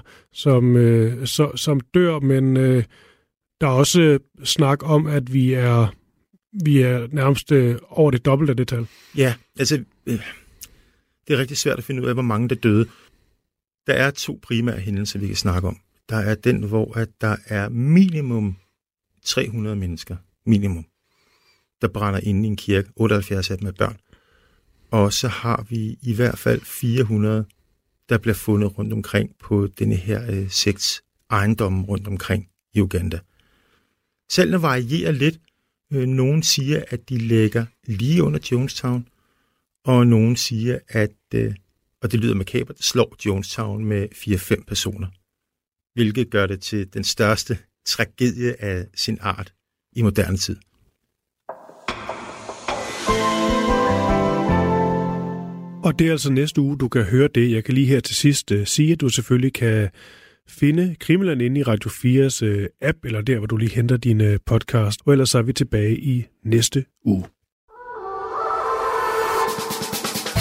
som dør, men der er også snak om, at vi er nærmest over det dobbelte af det tal. Ja, altså det er rigtig svært at finde ud af, hvor mange der døde. Der er 2 primære hændelser, vi kan snakke om. Der er den, hvor at der er minimum 300 mennesker, minimum, der brænder inde i en kirke. 78 af dem er børn. Og så har vi i hvert fald 400, der bliver fundet rundt omkring på denne her sekts ejendomme rundt omkring i Uganda. Tallene varierer lidt. Nogen siger, at de ligger lige under Jonestown, og nogen siger, at, og det lyder makabert, slår Jonestown med 4-5 personer, hvilket gør det til den største tragedie af sin art i moderne tid. Og det er altså næste uge, du kan høre det. Jeg kan lige her til sidst sige, at du selvfølgelig kan finde Krimiland inde i Radio 4's app, eller der, hvor du lige henter din podcast. Og ellers er vi tilbage i næste uge.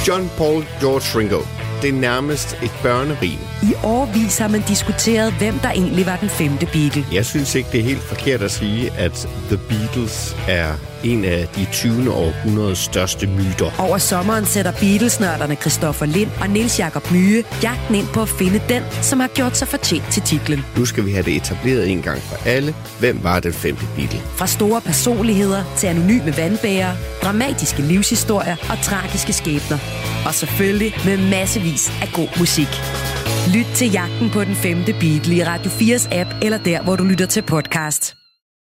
John, Paul, George, Ringo. Det er nærmest et børnerim. I årevis har man diskuteret, hvem der egentlig var den femte Beatle. Jeg synes ikke, det er helt forkert at sige, at The Beatles er en af de 20. århundredes største myter. Over sommeren sætter Beatles-nørderne Christoffer Lind og Niels Jakob Myhe jagten ind på at finde den, som har gjort sig fortjent til titlen. Nu skal vi have det etableret en gang for alle. Hvem var den femte Beatle? Fra store personligheder til anonyme vandbærere, dramatiske livshistorier og tragiske skæbner. Og selvfølgelig med massevis af god musik. Lyt til jagten på den femte Beatle i Radio 4's app eller der, hvor du lytter til podcast.